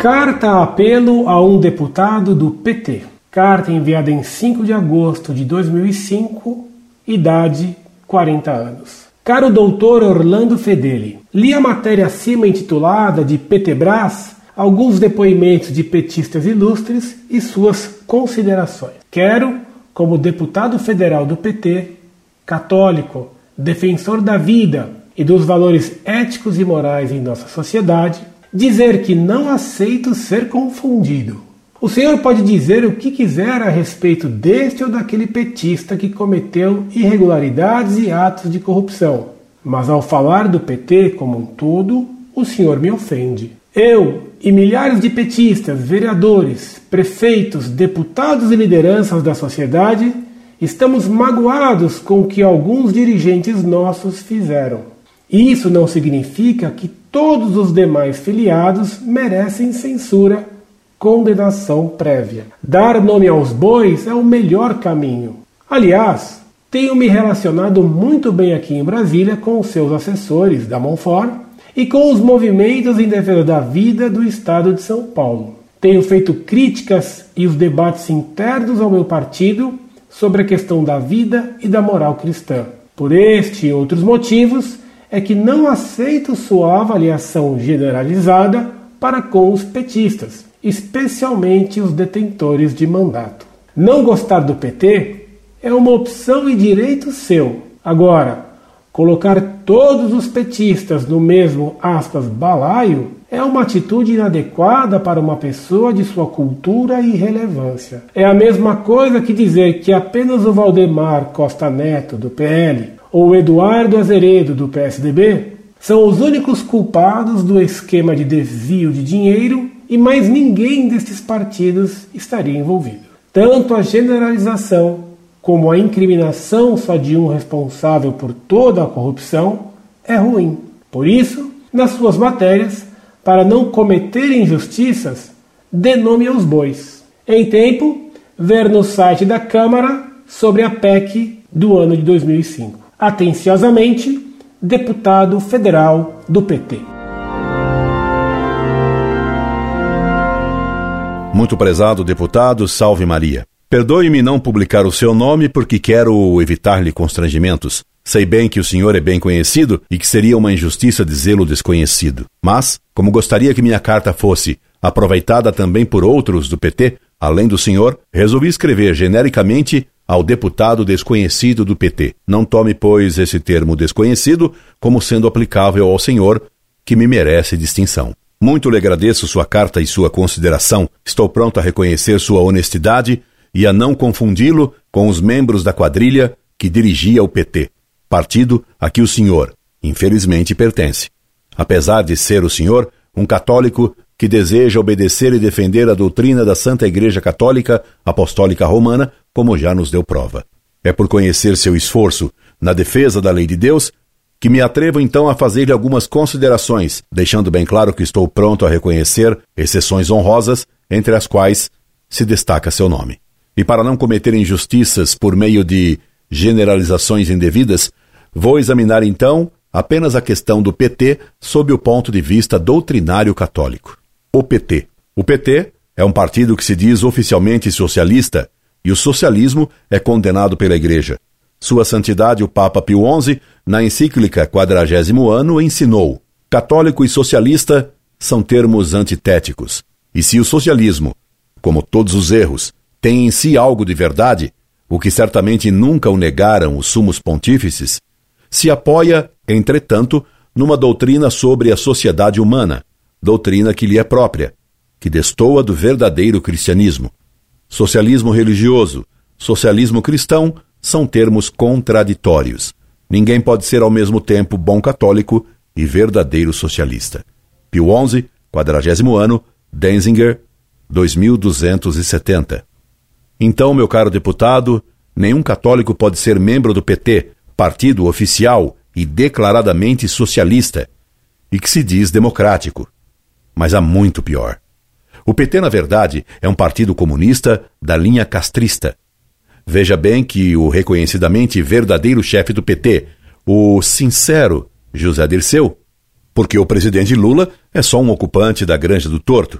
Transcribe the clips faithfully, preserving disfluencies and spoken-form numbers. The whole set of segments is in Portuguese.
Carta a apelo a um deputado do P T. Carta enviada em cinco de agosto de dois mil e cinco, idade quarenta anos. Caro doutor Orlando Fedeli, li a matéria acima intitulada de Petebrás, alguns depoimentos de petistas ilustres e suas considerações. Quero, como deputado federal do P T, católico, defensor da vida e dos valores éticos e morais em nossa sociedade, dizer que não aceito ser confundido. O senhor pode dizer o que quiser a respeito deste ou daquele petista que cometeu irregularidades e atos de corrupção, mas ao falar do P T como um todo, o senhor me ofende. Eu e milhares de petistas, vereadores, prefeitos, deputados e lideranças da sociedade estamos magoados com o que alguns dirigentes nossos fizeram. Isso não significa que todos os demais filiados merecem censura, condenação prévia. Dar nome aos bois é o melhor caminho. Aliás, tenho me relacionado muito bem aqui em Brasília com os seus assessores da Monfort e com os movimentos em defesa da vida do Estado de São Paulo. Tenho feito críticas e os debates internos ao meu partido sobre a questão da vida e da moral cristã. Por este e outros motivos, é que não aceito sua avaliação generalizada para com os petistas, especialmente os detentores de mandato. Não gostar do P T é uma opção e direito seu. Agora, colocar todos os petistas no mesmo, aspas, balaio é uma atitude inadequada para uma pessoa de sua cultura e relevância. É a mesma coisa que dizer que apenas o Valdemar Costa Neto, do P L, ou o Eduardo Azeredo, do P S D B, são os únicos culpados do esquema de desvio de dinheiro e mais ninguém destes partidos estaria envolvido. Tanto a generalização como a incriminação só de um responsável por toda a corrupção é ruim. Por isso, nas suas matérias, para não cometer injustiças, dê nome aos bois. Em tempo, ver no site da Câmara sobre a P E C do ano de dois mil e cinco. Atenciosamente, deputado federal do P T. Muito prezado deputado, salve Maria. Perdoe-me não publicar o seu nome porque quero evitar-lhe constrangimentos. Sei bem que o senhor é bem conhecido e que seria uma injustiça dizê-lo desconhecido. Mas, como gostaria que minha carta fosse aproveitada também por outros do P T, além do senhor, resolvi escrever genericamente ao deputado desconhecido do P T. Não tome, pois, esse termo desconhecido como sendo aplicável ao senhor, que me merece distinção. Muito lhe agradeço sua carta e sua consideração. Estou pronto a reconhecer sua honestidade e a não confundi-lo com os membros da quadrilha que dirigia o P T, partido a que o senhor, infelizmente, pertence. Apesar de ser o senhor um católico que deseja obedecer e defender a doutrina da Santa Igreja Católica Apostólica Romana, como já nos deu prova. É por conhecer seu esforço na defesa da lei de Deus que me atrevo então a fazer-lhe algumas considerações, deixando bem claro que estou pronto a reconhecer exceções honrosas, entre as quais se destaca seu nome. E para não cometer injustiças por meio de generalizações indevidas, vou examinar então apenas a questão do P T sob o ponto de vista doutrinário católico. O P T. O P T é um partido que se diz oficialmente socialista e o socialismo é condenado pela Igreja. Sua Santidade o Papa Pio onze, na encíclica Quadragésimo Ano, ensinou: católico e socialista são termos antitéticos. E se o socialismo, como todos os erros, tem em si algo de verdade, o que certamente nunca o negaram os sumos pontífices, se apoia, entretanto, numa doutrina sobre a sociedade humana, doutrina que lhe é própria, que destoa do verdadeiro cristianismo. Socialismo religioso, socialismo cristão são termos contraditórios. Ninguém pode ser ao mesmo tempo bom católico e verdadeiro socialista. Pio onze, quadragésimo ano, Denzinger, dois mil duzentos e setenta. Então, meu caro deputado, nenhum católico pode ser membro do P T, partido oficial e declaradamente socialista, e que se diz democrático. Mas há muito pior. O P T, na verdade, é um partido comunista da linha castrista. Veja bem que o reconhecidamente verdadeiro chefe do P T, o sincero José Dirceu, porque o presidente Lula é só um ocupante da Granja do Torto,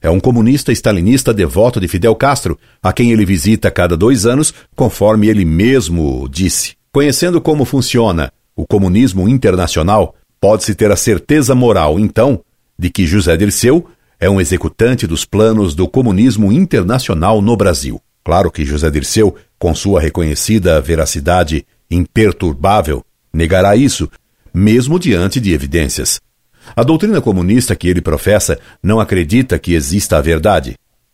é um comunista stalinista devoto de Fidel Castro, a quem ele visita a cada dois anos, conforme ele mesmo disse. Conhecendo como funciona o comunismo internacional, pode-se ter a certeza moral, então, de que José Dirceu é um executante dos planos do comunismo internacional no Brasil. Claro que José Dirceu, com sua reconhecida veracidade imperturbável, negará isso, mesmo diante de evidências. A doutrina comunista que ele professa não acredita que exista a verdade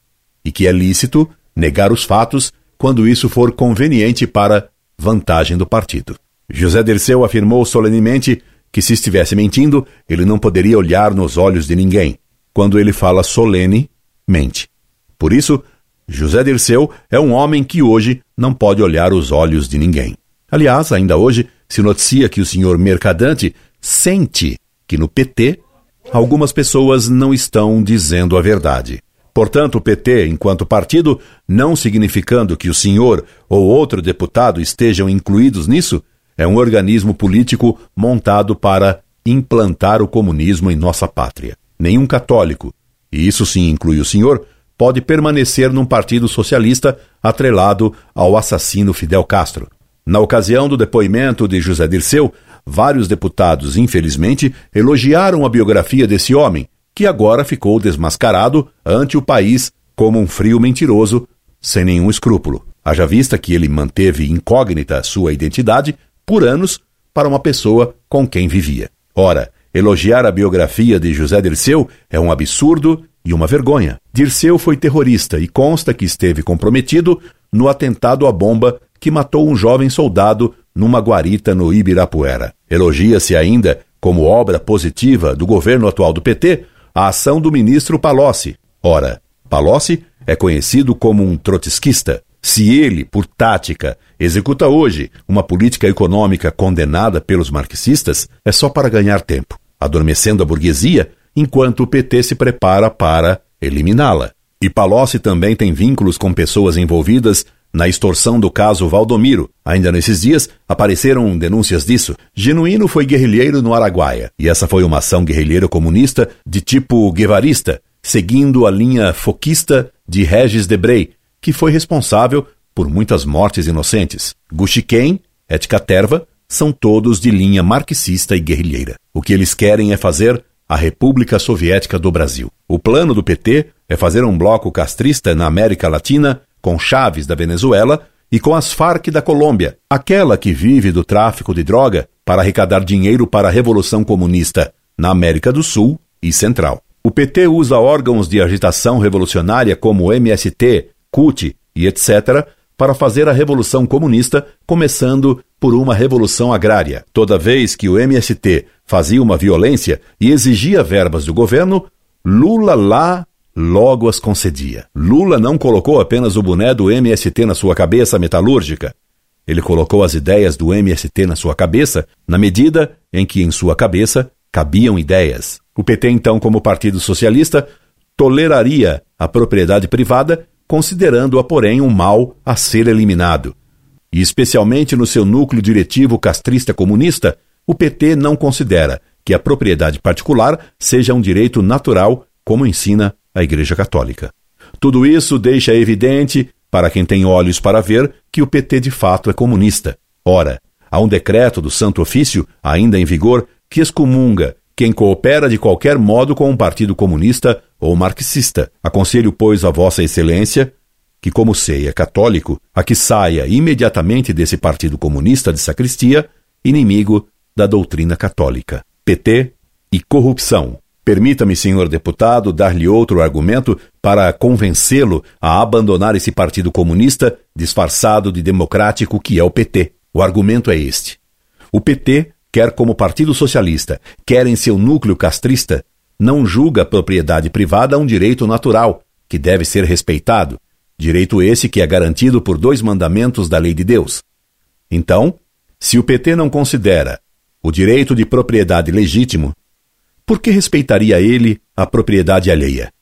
e que é lícito negar os fatos quando isso for conveniente para vantagem do partido. José Dirceu afirmou solenemente que se estivesse mentindo, ele não poderia olhar nos olhos de ninguém. Quando ele fala solene, mente. Por isso, José Dirceu é um homem que hoje não pode olhar os olhos de ninguém. Aliás, ainda hoje se noticia que o senhor Mercadante sente que no P T algumas pessoas não estão dizendo a verdade. Portanto, o P T, enquanto partido, não significando que o senhor ou outro deputado estejam incluídos nisso, é um organismo político montado para implantar o comunismo em nossa pátria. Nenhum católico, e isso sim inclui o senhor, pode permanecer num partido socialista atrelado ao assassino Fidel Castro. Na ocasião do depoimento de José Dirceu, vários deputados, infelizmente, elogiaram a biografia desse homem, que agora ficou desmascarado ante o país como um frio mentiroso, sem nenhum escrúpulo. Haja vista que ele manteve incógnita sua identidade por anos para uma pessoa com quem vivia. Ora, elogiar a biografia de José Dirceu é um absurdo e uma vergonha. Dirceu foi terrorista e consta que esteve comprometido no atentado à bomba que matou um jovem soldado numa guarita no Ibirapuera. Elogia-se ainda, como obra positiva do governo atual do P T, a ação do ministro Palocci. Ora, Palocci é conhecido como um trotskista. Se ele, por tática, executa hoje uma política econômica condenada pelos marxistas, é só para ganhar tempo, adormecendo a burguesia, enquanto o P T se prepara para eliminá-la. E Palocci também tem vínculos com pessoas envolvidas na extorsão do caso Valdomiro. Ainda nesses dias apareceram denúncias disso. Genuíno foi guerrilheiro no Araguaia, e essa foi uma ação guerrilheira comunista de tipo guevarista, seguindo a linha foquista de Regis Debray, que foi responsável por muitas mortes inocentes. Guxiquem, Etcaterva, são todos de linha marxista e guerrilheira. O que eles querem é fazer a República Soviética do Brasil. O plano do P T é fazer um bloco castrista na América Latina com Chávez da Venezuela e com as Farc da Colômbia, aquela que vive do tráfico de droga para arrecadar dinheiro para a Revolução Comunista na América do Sul e Central. O P T usa órgãos de agitação revolucionária como o M S T, C U T e etcétera para fazer a Revolução Comunista, começando por uma revolução agrária. Toda vez que o M S T fazia uma violência e exigia verbas do governo, Lula lá logo as concedia. Lula não colocou apenas o boné do M S T na sua cabeça metalúrgica. Ele colocou as ideias do M S T na sua cabeça, na medida em que em sua cabeça cabiam ideias. O P T, então, como partido socialista, toleraria a propriedade privada, considerando-a, porém, um mal a ser eliminado. E, especialmente no seu núcleo diretivo castrista comunista, o P T não considera que a propriedade particular seja um direito natural, como ensina a Igreja Católica. Tudo isso deixa evidente, para quem tem olhos para ver, que o P T de fato é comunista. Ora, há um decreto do Santo Ofício, ainda em vigor, que excomunga quem coopera de qualquer modo com um partido comunista ou marxista. Aconselho, pois, a Vossa Excelência que, como sei, é católico, a que saia imediatamente desse partido comunista de sacristia, inimigo da doutrina católica. P T e corrupção. Permita-me, senhor deputado, dar-lhe outro argumento para convencê-lo a abandonar esse partido comunista disfarçado de democrático que é o P T. O argumento é este. O P T, quer como partido socialista, quer em seu núcleo castrista, não julga a propriedade privada um direito natural, que deve ser respeitado, direito esse que é garantido por dois mandamentos da lei de Deus. Então, se o P T não considera o direito de propriedade legítimo, por que respeitaria ele a propriedade alheia?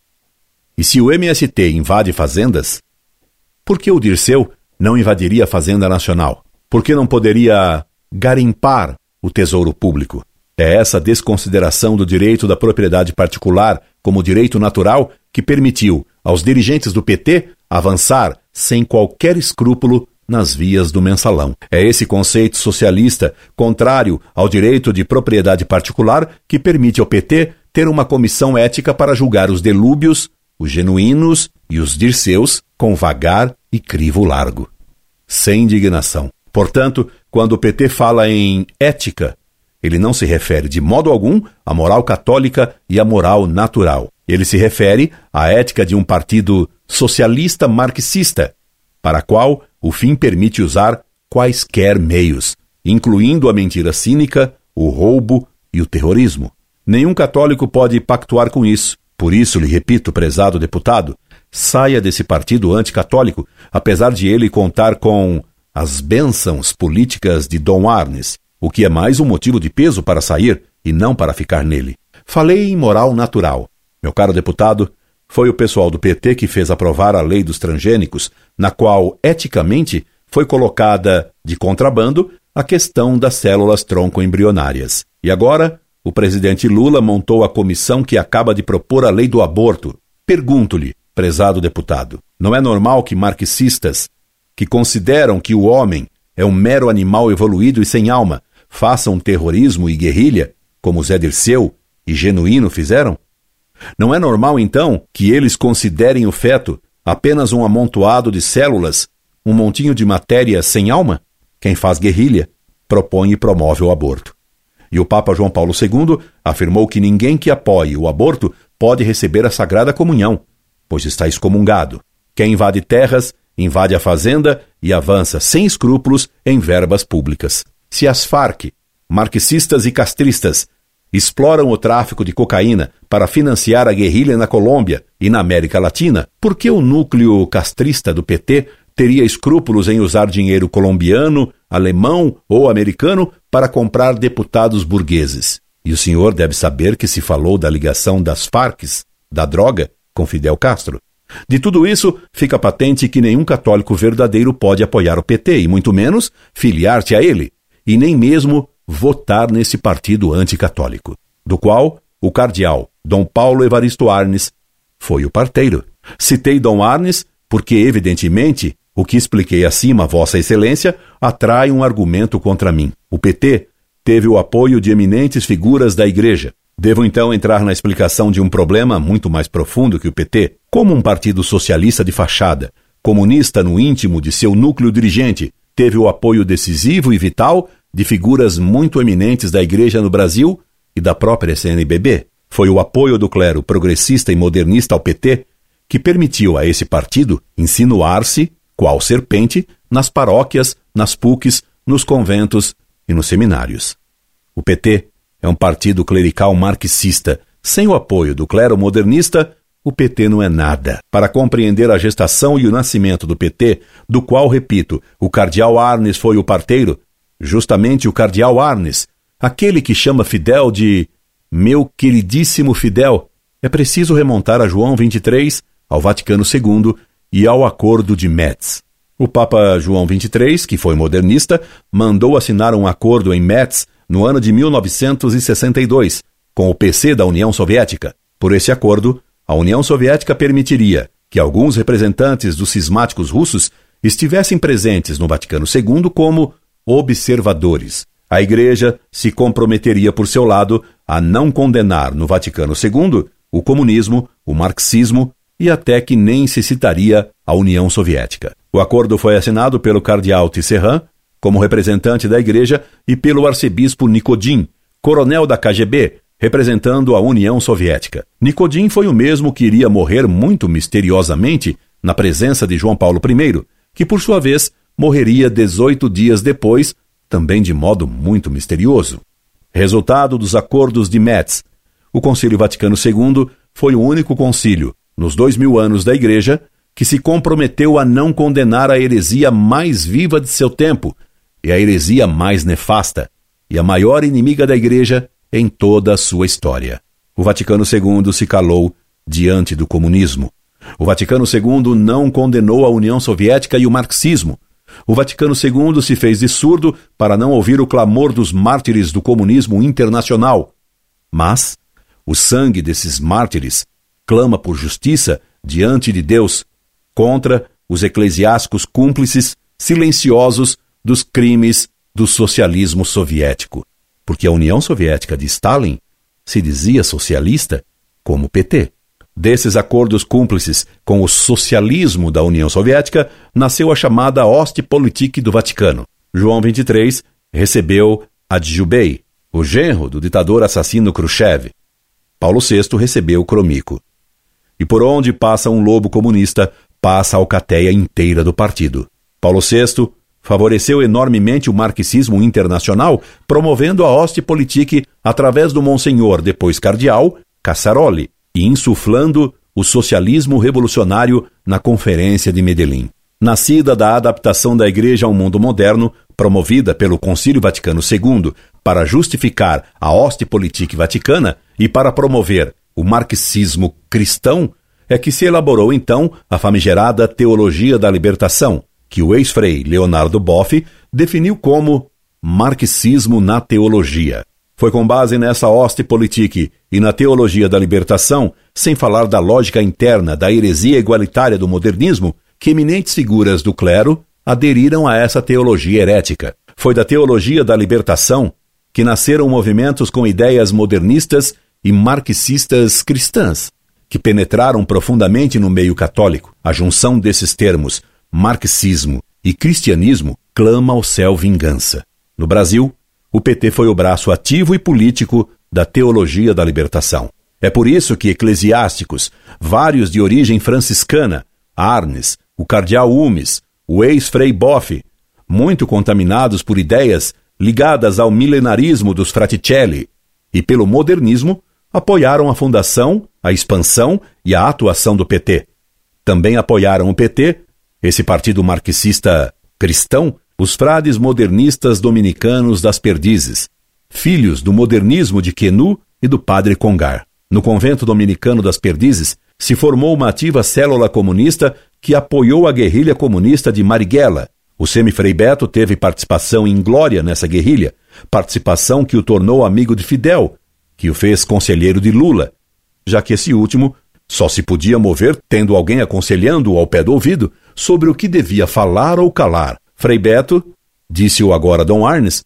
E se o M S T invade fazendas, por que o Dirceu não invadiria a Fazenda Nacional? Por que não poderia garimpar o tesouro público? É essa desconsideração do direito da propriedade particular como direito natural que permitiu aos dirigentes do P T avançar sem qualquer escrúpulo nas vias do mensalão. É esse conceito socialista, contrário ao direito de propriedade particular, que permite ao P T ter uma comissão ética para julgar os delúbios, os genuínos e os dirceus com vagar e crivo largo. Sem indignação. Portanto, quando o P T fala em ética, ele não se refere de modo algum à moral católica e à moral natural. Ele se refere à ética de um partido socialista marxista, para a qual o fim permite usar quaisquer meios, incluindo a mentira cínica, o roubo e o terrorismo. Nenhum católico pode pactuar com isso. Por isso, lhe repito, prezado deputado, saia desse partido anticatólico, apesar de ele contar com as bênçãos políticas de Dom Arnes, o que é mais um motivo de peso para sair e não para ficar nele. Falei em moral natural. Meu caro deputado, foi o pessoal do P T que fez aprovar a lei dos transgênicos, na qual, eticamente, foi colocada de contrabando a questão das células tronco-embrionárias. E agora, o presidente Lula montou a comissão que acaba de propor a lei do aborto. Pergunto-lhe, prezado deputado, não é normal que marxistas, que consideram que o homem é um mero animal evoluído e sem alma, façam terrorismo e guerrilha, como Zé Dirceu e Genuíno fizeram? Não é normal, então, que eles considerem o feto apenas um amontoado de células, um montinho de matéria sem alma? Quem faz guerrilha propõe e promove o aborto. E o Papa João Paulo segundo afirmou que ninguém que apoie o aborto pode receber a Sagrada Comunhão, pois está excomungado. Quem invade terras, invade a fazenda e avança sem escrúpulos em verbas públicas. Se as Farc, marxistas e castristas, exploram o tráfico de cocaína para financiar a guerrilha na Colômbia e na América Latina, por que o núcleo castrista do P T teria escrúpulos em usar dinheiro colombiano, alemão ou americano para comprar deputados burgueses? E o senhor deve saber que se falou da ligação das Farc, da droga, com Fidel Castro. De tudo isso, fica patente que nenhum católico verdadeiro pode apoiar o P T, e muito menos filiar-se a ele, e nem mesmo votar nesse partido anticatólico, do qual o cardeal Dom Paulo Evaristo Arnes foi o parteiro. Citei Dom Arnes porque, evidentemente, o que expliquei acima, Vossa Excelência, atrai um argumento contra mim. O P T teve o apoio de eminentes figuras da Igreja. Devo então entrar na explicação de um problema muito mais profundo que o P T. Como um partido socialista de fachada, comunista no íntimo de seu núcleo dirigente, teve o apoio decisivo e vital de figuras muito eminentes da Igreja no Brasil e da própria C N B B. Foi o apoio do clero progressista e modernista ao P T que permitiu a esse partido insinuar-se, qual serpente, nas paróquias, nas P U Cs, nos conventos e nos seminários. O P T é um partido clerical marxista. Sem o apoio do clero modernista, o P T não é nada. Para compreender a gestação e o nascimento do P T, do qual, repito, o cardeal Arnes foi o parteiro, justamente o cardeal Arnes, aquele que chama Fidel de meu queridíssimo Fidel, é preciso remontar a João vinte e três, ao Vaticano segundo e ao Acordo de Metz. O Papa João vinte e três, que foi modernista, mandou assinar um acordo em Metz no ano de mil novecentos e sessenta e dois, com o P C da União Soviética. Por esse acordo, a União Soviética permitiria que alguns representantes dos cismáticos russos estivessem presentes no Vaticano segundo como observadores. A Igreja se comprometeria por seu lado a não condenar no Vaticano segundo o comunismo, o marxismo e até que nem se citaria a União Soviética. O acordo foi assinado pelo cardeal Tisserand, como representante da Igreja, e pelo arcebispo Nikodin, coronel da K G B, representando a União Soviética. Nikodin foi o mesmo que iria morrer muito misteriosamente na presença de João Paulo I, que por sua vez morreria dezoito dias depois, também de modo muito misterioso. Resultado dos acordos de Metz, o Concílio Vaticano segundo foi o único concílio, nos dois mil anos da Igreja, que se comprometeu a não condenar a heresia mais viva de seu tempo e a heresia mais nefasta e a maior inimiga da Igreja em toda a sua história. O Vaticano segundo se calou diante do comunismo. O Vaticano segundo não condenou a União Soviética e o marxismo. O Vaticano segundo se fez de surdo para não ouvir o clamor dos mártires do comunismo internacional. Mas o sangue desses mártires clama por justiça diante de Deus contra os eclesiásticos cúmplices silenciosos dos crimes do socialismo soviético, porque a União Soviética de Stalin se dizia socialista como o P T. Desses acordos cúmplices com o socialismo da União Soviética nasceu a chamada Ostpolitik do Vaticano. João vinte e três recebeu Adjubei, o genro do ditador assassino Khrushchev. Paulo sexto recebeu Cromico. E por onde passa um lobo comunista, passa a alcateia inteira do partido. Paulo sexto favoreceu enormemente o marxismo internacional, promovendo a Ostpolitik através do Monsenhor, depois cardeal, Cassaroli, e insuflando o socialismo revolucionário na Conferência de Medellín. Nascida da adaptação da Igreja ao mundo moderno, promovida pelo Concílio Vaticano segundo para justificar a Ostpolitik vaticana e para promover o marxismo cristão, é que se elaborou então a famigerada Teologia da Libertação, que o ex-frei Leonardo Boff definiu como marxismo na teologia. Foi com base nessa Ostpolitik e na Teologia da Libertação, sem falar da lógica interna da heresia igualitária do modernismo, que eminentes figuras do clero aderiram a essa teologia herética. Foi da Teologia da Libertação que nasceram movimentos com ideias modernistas e marxistas cristãs, que penetraram profundamente no meio católico. A junção desses termos, marxismo e cristianismo, clama ao céu vingança. No Brasil, o P T foi o braço ativo e político da Teologia da Libertação. É por isso que eclesiásticos, vários de origem franciscana, Arnes, o cardeal Umes, o ex-frei Boff, muito contaminados por ideias ligadas ao milenarismo dos Fraticelli e pelo modernismo, apoiaram a fundação, a expansão e a atuação do P T. Também apoiaram o P T, esse partido marxista cristão, os frades modernistas dominicanos das Perdizes, filhos do modernismo de Quenu e do padre Congar. No convento dominicano das Perdizes se formou uma ativa célula comunista que apoiou a guerrilha comunista de Marighella. O semifrei Beto teve participação em glória nessa guerrilha, participação que o tornou amigo de Fidel, que o fez conselheiro de Lula, já que esse último só se podia mover tendo alguém aconselhando-o ao pé do ouvido sobre o que devia falar ou calar. Frei Beto, disse-o agora Dom Arnes,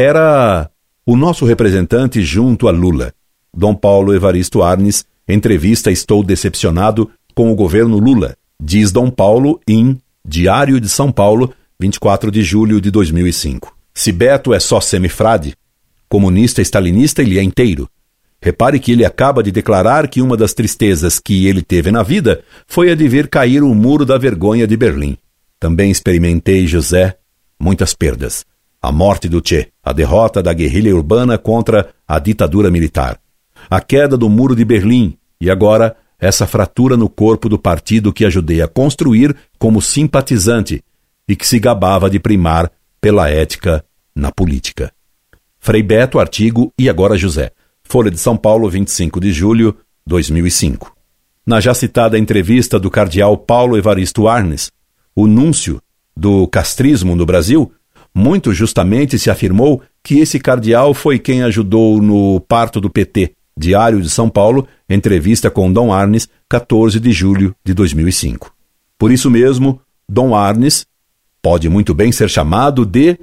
era o nosso representante junto a Lula. Dom Paulo Evaristo Arnes, entrevista Estou decepcionado com o governo Lula, diz Dom Paulo em Diário de São Paulo, vinte e quatro de julho de dois mil e cinco. Se Beto é só semifrade, comunista stalinista ele é inteiro. Repare que ele acaba de declarar que uma das tristezas que ele teve na vida foi a de ver cair o muro da vergonha de Berlim. Também experimentei, José, muitas perdas. A morte do Che, a derrota da guerrilha urbana contra a ditadura militar, a queda do muro de Berlim e agora essa fratura no corpo do partido que ajudei a construir como simpatizante e que se gabava de primar pela ética na política. Frei Beto, artigo E Agora José. Folha de São Paulo, vinte e cinco de julho de dois mil e cinco. Na já citada entrevista do cardeal Paulo Evaristo Arnes, o núncio do castrismo no Brasil, muito justamente se afirmou que esse cardeal foi quem ajudou no parto do P T. Diário de São Paulo, entrevista com Dom Arnes, quatorze de julho de dois mil e cinco. Por isso mesmo, Dom Arnes pode muito bem ser chamado de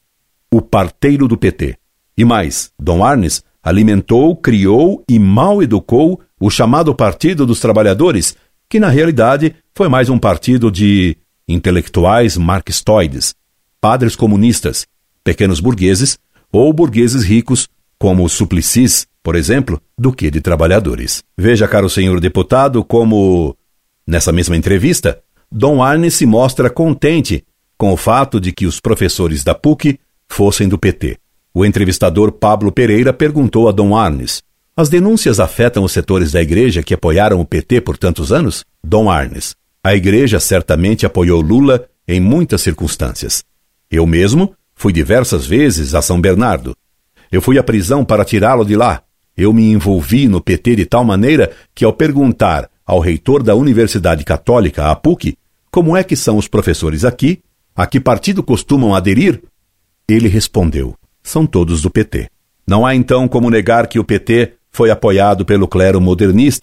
o parteiro do P T. E mais, Dom Arnes alimentou, criou e mal educou o chamado Partido dos Trabalhadores, que na realidade foi mais um partido de intelectuais marxistoides, padres comunistas, pequenos burgueses ou burgueses ricos, como Suplicy, por exemplo, do que de trabalhadores. Veja, caro senhor deputado, como, nessa mesma entrevista, Dom Arnes se mostra contente com o fato de que os professores da P U C fossem do P T. O entrevistador Pablo Pereira perguntou a Dom Arnes: as denúncias afetam os setores da igreja que apoiaram o P T por tantos anos? Dom Arnes: a igreja certamente apoiou Lula em muitas circunstâncias. Eu mesmo fui diversas vezes a São Bernardo. Eu fui à prisão para tirá-lo de lá. Eu me envolvi no P T de tal maneira que, ao perguntar ao reitor da Universidade Católica, a P U C, como é que são os professores aqui, a que partido costumam aderir, ele respondeu: são todos do P T. Não há então como negar que o P T foi apoiado pelo clero modernista,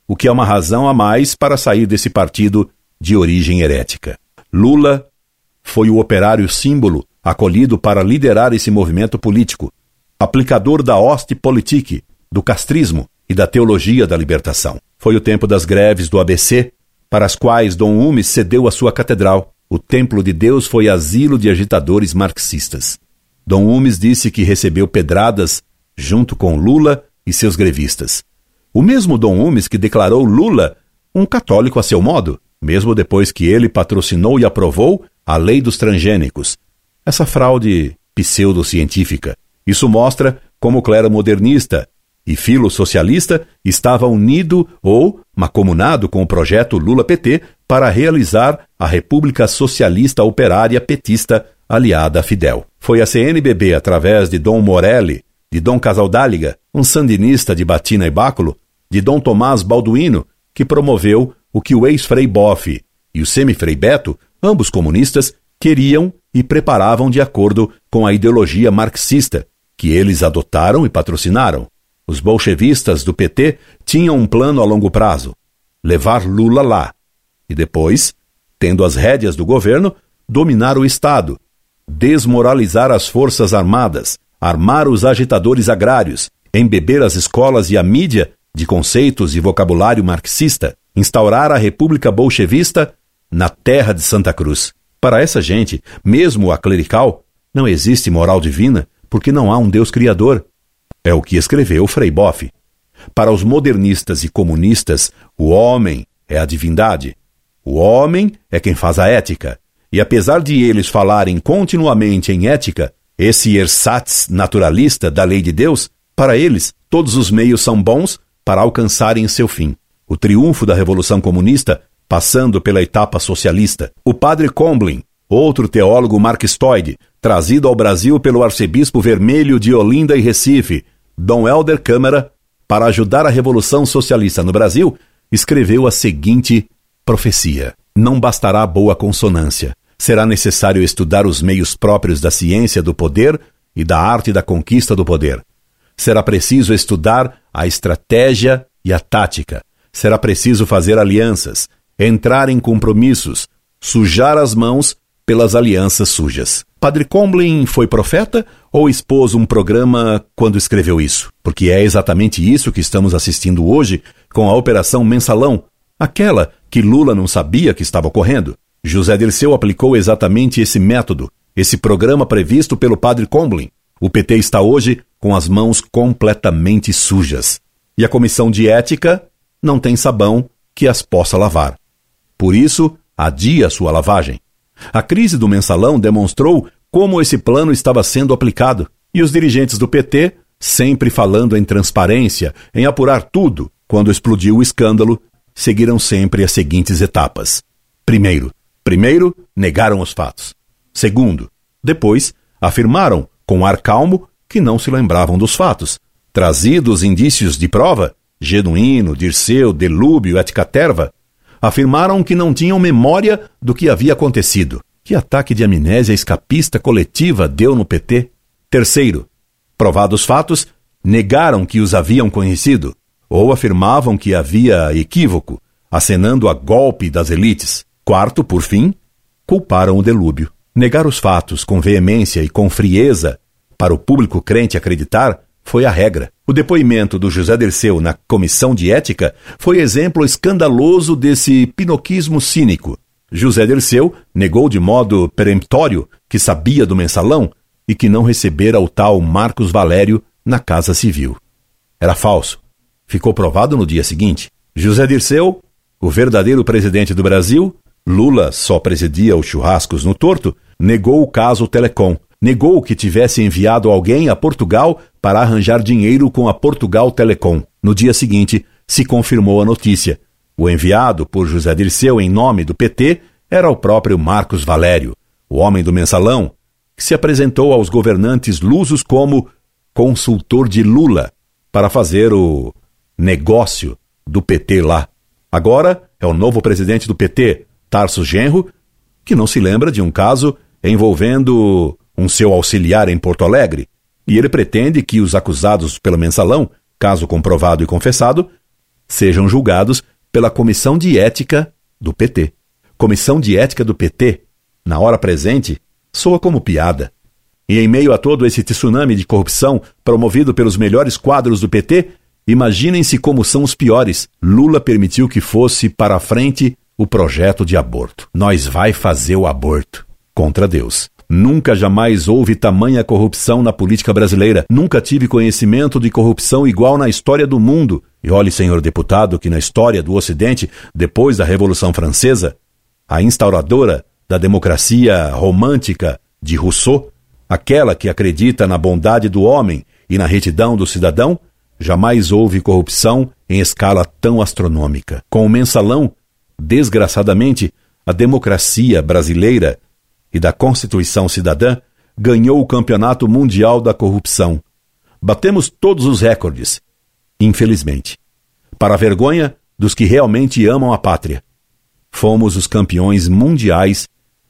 o que é uma razão a mais para sair desse partido de origem herética. Lula foi o operário símbolo acolhido para liderar esse movimento político, aplicador da Ostpolitik, do castrismo e da teologia da libertação. Foi o tempo das greves do A B C, para as quais Dom Umes cedeu a sua catedral. O Templo de Deus foi asilo de agitadores marxistas. Dom Umes disse que recebeu pedradas junto com Lula e seus grevistas. O mesmo Dom Umes que declarou Lula um católico a seu modo, mesmo depois que ele patrocinou e aprovou a lei dos transgênicos. Essa fraude pseudocientífica. Isso mostra como o clero modernista e filo-socialista estava unido ou macomunado com o projeto Lula-P T para realizar a República Socialista Operária Petista aliada a Fidel. Foi a C N B B, através de Dom Morelli, de Dom Casaldáliga, um sandinista de batina e báculo, de Dom Tomás Balduino, que promoveu o que o ex-frei Boff e o semi-frei Beto, ambos comunistas, queriam e preparavam de acordo com a ideologia marxista, que eles adotaram e patrocinaram. Os bolchevistas do P T tinham um plano a longo prazo: levar Lula lá. E depois, tendo as rédeas do governo, dominar o Estado, desmoralizar as forças armadas, armar os agitadores agrários, embeber as escolas e a mídia de conceitos e vocabulário marxista, instaurar a República Bolchevista na terra de Santa Cruz. Para essa gente, mesmo a clerical, não existe moral divina porque não há um Deus criador. É o que escreveu Frei Boff. Para os modernistas e comunistas, o homem é a divindade. O homem é quem faz a ética. E apesar de eles falarem continuamente em ética, esse ersatz naturalista da lei de Deus, para eles, todos os meios são bons para alcançarem seu fim. O triunfo da Revolução Comunista, passando pela etapa socialista. O padre Comblin, outro teólogo marxistoide, trazido ao Brasil pelo arcebispo vermelho de Olinda e Recife, Dom Helder Câmara, para ajudar a Revolução Socialista no Brasil, escreveu a seguinte profecia: não bastará boa consonância. Será necessário estudar os meios próprios da ciência do poder e da arte da conquista do poder. Será preciso estudar a estratégia e a tática. Será preciso fazer alianças, entrar em compromissos, sujar as mãos pelas alianças sujas. Padre Comblin foi profeta ou expôs um programa quando escreveu isso? Porque é exatamente isso que estamos assistindo hoje com a Operação Mensalão, aquela que Lula não sabia que estava ocorrendo. José Dirceu aplicou exatamente esse método, esse programa previsto pelo padre Comblin. O P T está hoje com as mãos completamente sujas. E a Comissão de Ética não tem sabão que as possa lavar. Por isso, adia sua lavagem. A crise do Mensalão demonstrou como esse plano estava sendo aplicado. E os dirigentes do P T, sempre falando em transparência, em apurar tudo, quando explodiu o escândalo, seguiram sempre as seguintes etapas. Primeiro, primeiro negaram os fatos. Segundo, depois, afirmaram, com ar calmo, que não se lembravam dos fatos. Trazidos indícios de prova, Genuíno, Dirceu, Delúbio, et caterva, afirmaram que não tinham memória do que havia acontecido. Que ataque de amnésia escapista coletiva deu no P T? Terceiro, provados fatos, negaram que os haviam conhecido, ou afirmavam que havia equívoco, acenando a golpe das elites. Quarto, por fim, culparam o Delúbio. Negar os fatos com veemência e com frieza, para o público crente acreditar, foi a regra. O depoimento do José Dirceu na Comissão de Ética foi exemplo escandaloso desse pinoquismo cínico. José Dirceu negou de modo peremptório que sabia do Mensalão e que não recebera o tal Marcos Valério na Casa Civil. Era falso. Ficou provado no dia seguinte. José Dirceu, o verdadeiro presidente do Brasil, Lula só presidia os churrascos no torto, negou o caso Telecom. Negou que tivesse enviado alguém a Portugal para arranjar dinheiro com a Portugal Telecom. No dia seguinte, se confirmou a notícia. O enviado por José Dirceu em nome do P T era o próprio Marcos Valério, o homem do Mensalão, que se apresentou aos governantes lusos como consultor de Lula para fazer o negócio do P T lá. Agora é o novo presidente do P T, Tarso Genro, que não se lembra de um caso envolvendo um seu auxiliar em Porto Alegre, e ele pretende que os acusados pelo Mensalão, caso comprovado e confessado, sejam julgados pela Comissão de Ética do P T. Comissão de Ética do P T, na hora presente, soa como piada. E em meio a todo esse tsunami de corrupção promovido pelos melhores quadros do P T, imaginem-se como são os piores. Lula permitiu que fosse para a frente o projeto de aborto. Nós vai fazer o aborto. Contra Deus. Nunca jamais houve tamanha corrupção na política brasileira. Nunca tive conhecimento de corrupção igual na história do mundo. E olhe, senhor deputado, que na história do Ocidente, depois da Revolução Francesa, a instauradora da democracia romântica de Rousseau, aquela que acredita na bondade do homem e na retidão do cidadão, jamais houve corrupção em escala tão astronômica. Com o mensalão, desgraçadamente, a democracia brasileira e da Constituição Cidadã ganhou o campeonato mundial da corrupção. Batemos todos os recordes, infelizmente. Para a vergonha dos que realmente amam a pátria. Fomos os campeões mundiais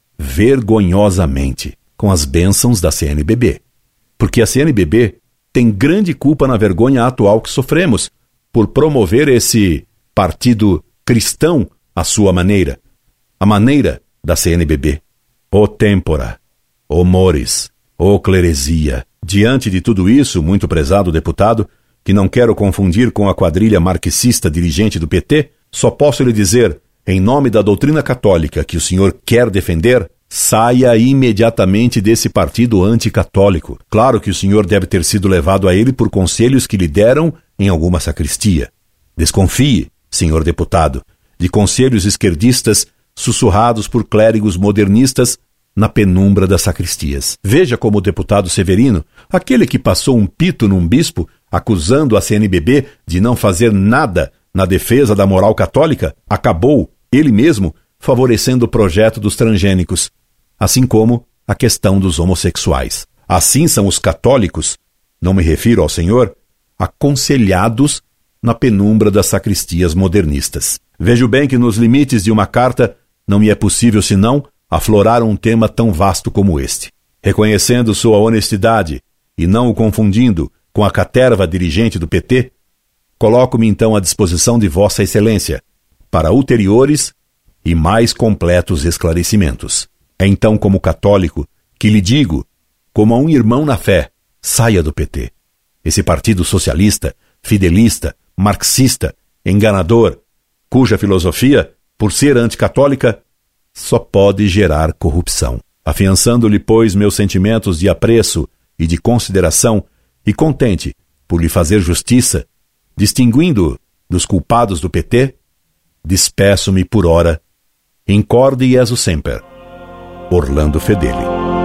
vergonhosamente, com as bênçãos da C N B B. Porque a C N B B tem grande culpa na vergonha atual que sofremos por promover esse partido cristão à sua maneira, a maneira da C N B B. Ô têmpora, ô mores, ô cleresia. Diante de tudo isso, muito prezado deputado, que não quero confundir com a quadrilha marxista dirigente do P T, só posso lhe dizer, em nome da doutrina católica que o senhor quer defender, saia imediatamente desse partido anticatólico. Claro que o senhor deve ter sido levado a ele por conselhos que lhe deram em alguma sacristia. Desconfie, senhor deputado, de conselhos esquerdistas sussurrados por clérigos modernistas na penumbra das sacristias. Veja como o deputado Severino, aquele que passou um pito num bispo, acusando a C N B B de não fazer nada na defesa da moral católica, acabou, ele mesmo, favorecendo o projeto dos transgênicos, assim como a questão dos homossexuais. Assim são os católicos, não me refiro ao senhor, aconselhados na penumbra das sacristias modernistas. Vejo bem que nos limites de uma carta não me é possível senão aflorar um tema tão vasto como este. Reconhecendo sua honestidade e não o confundindo com a caterva dirigente do P T, coloco-me então à disposição de Vossa Excelência para ulteriores e mais completos esclarecimentos. É então como católico que lhe digo, como a um irmão na fé, saia do P T. Esse partido socialista, fidelista, marxista, enganador, cuja filosofia, por ser anticatólica, só pode gerar corrupção. Afiançando-lhe, pois, meus sentimentos de apreço e de consideração, e contente por lhe fazer justiça, distinguindo dos culpados do P T, despeço-me por ora, incorde Jesus semper, Orlando Fedeli.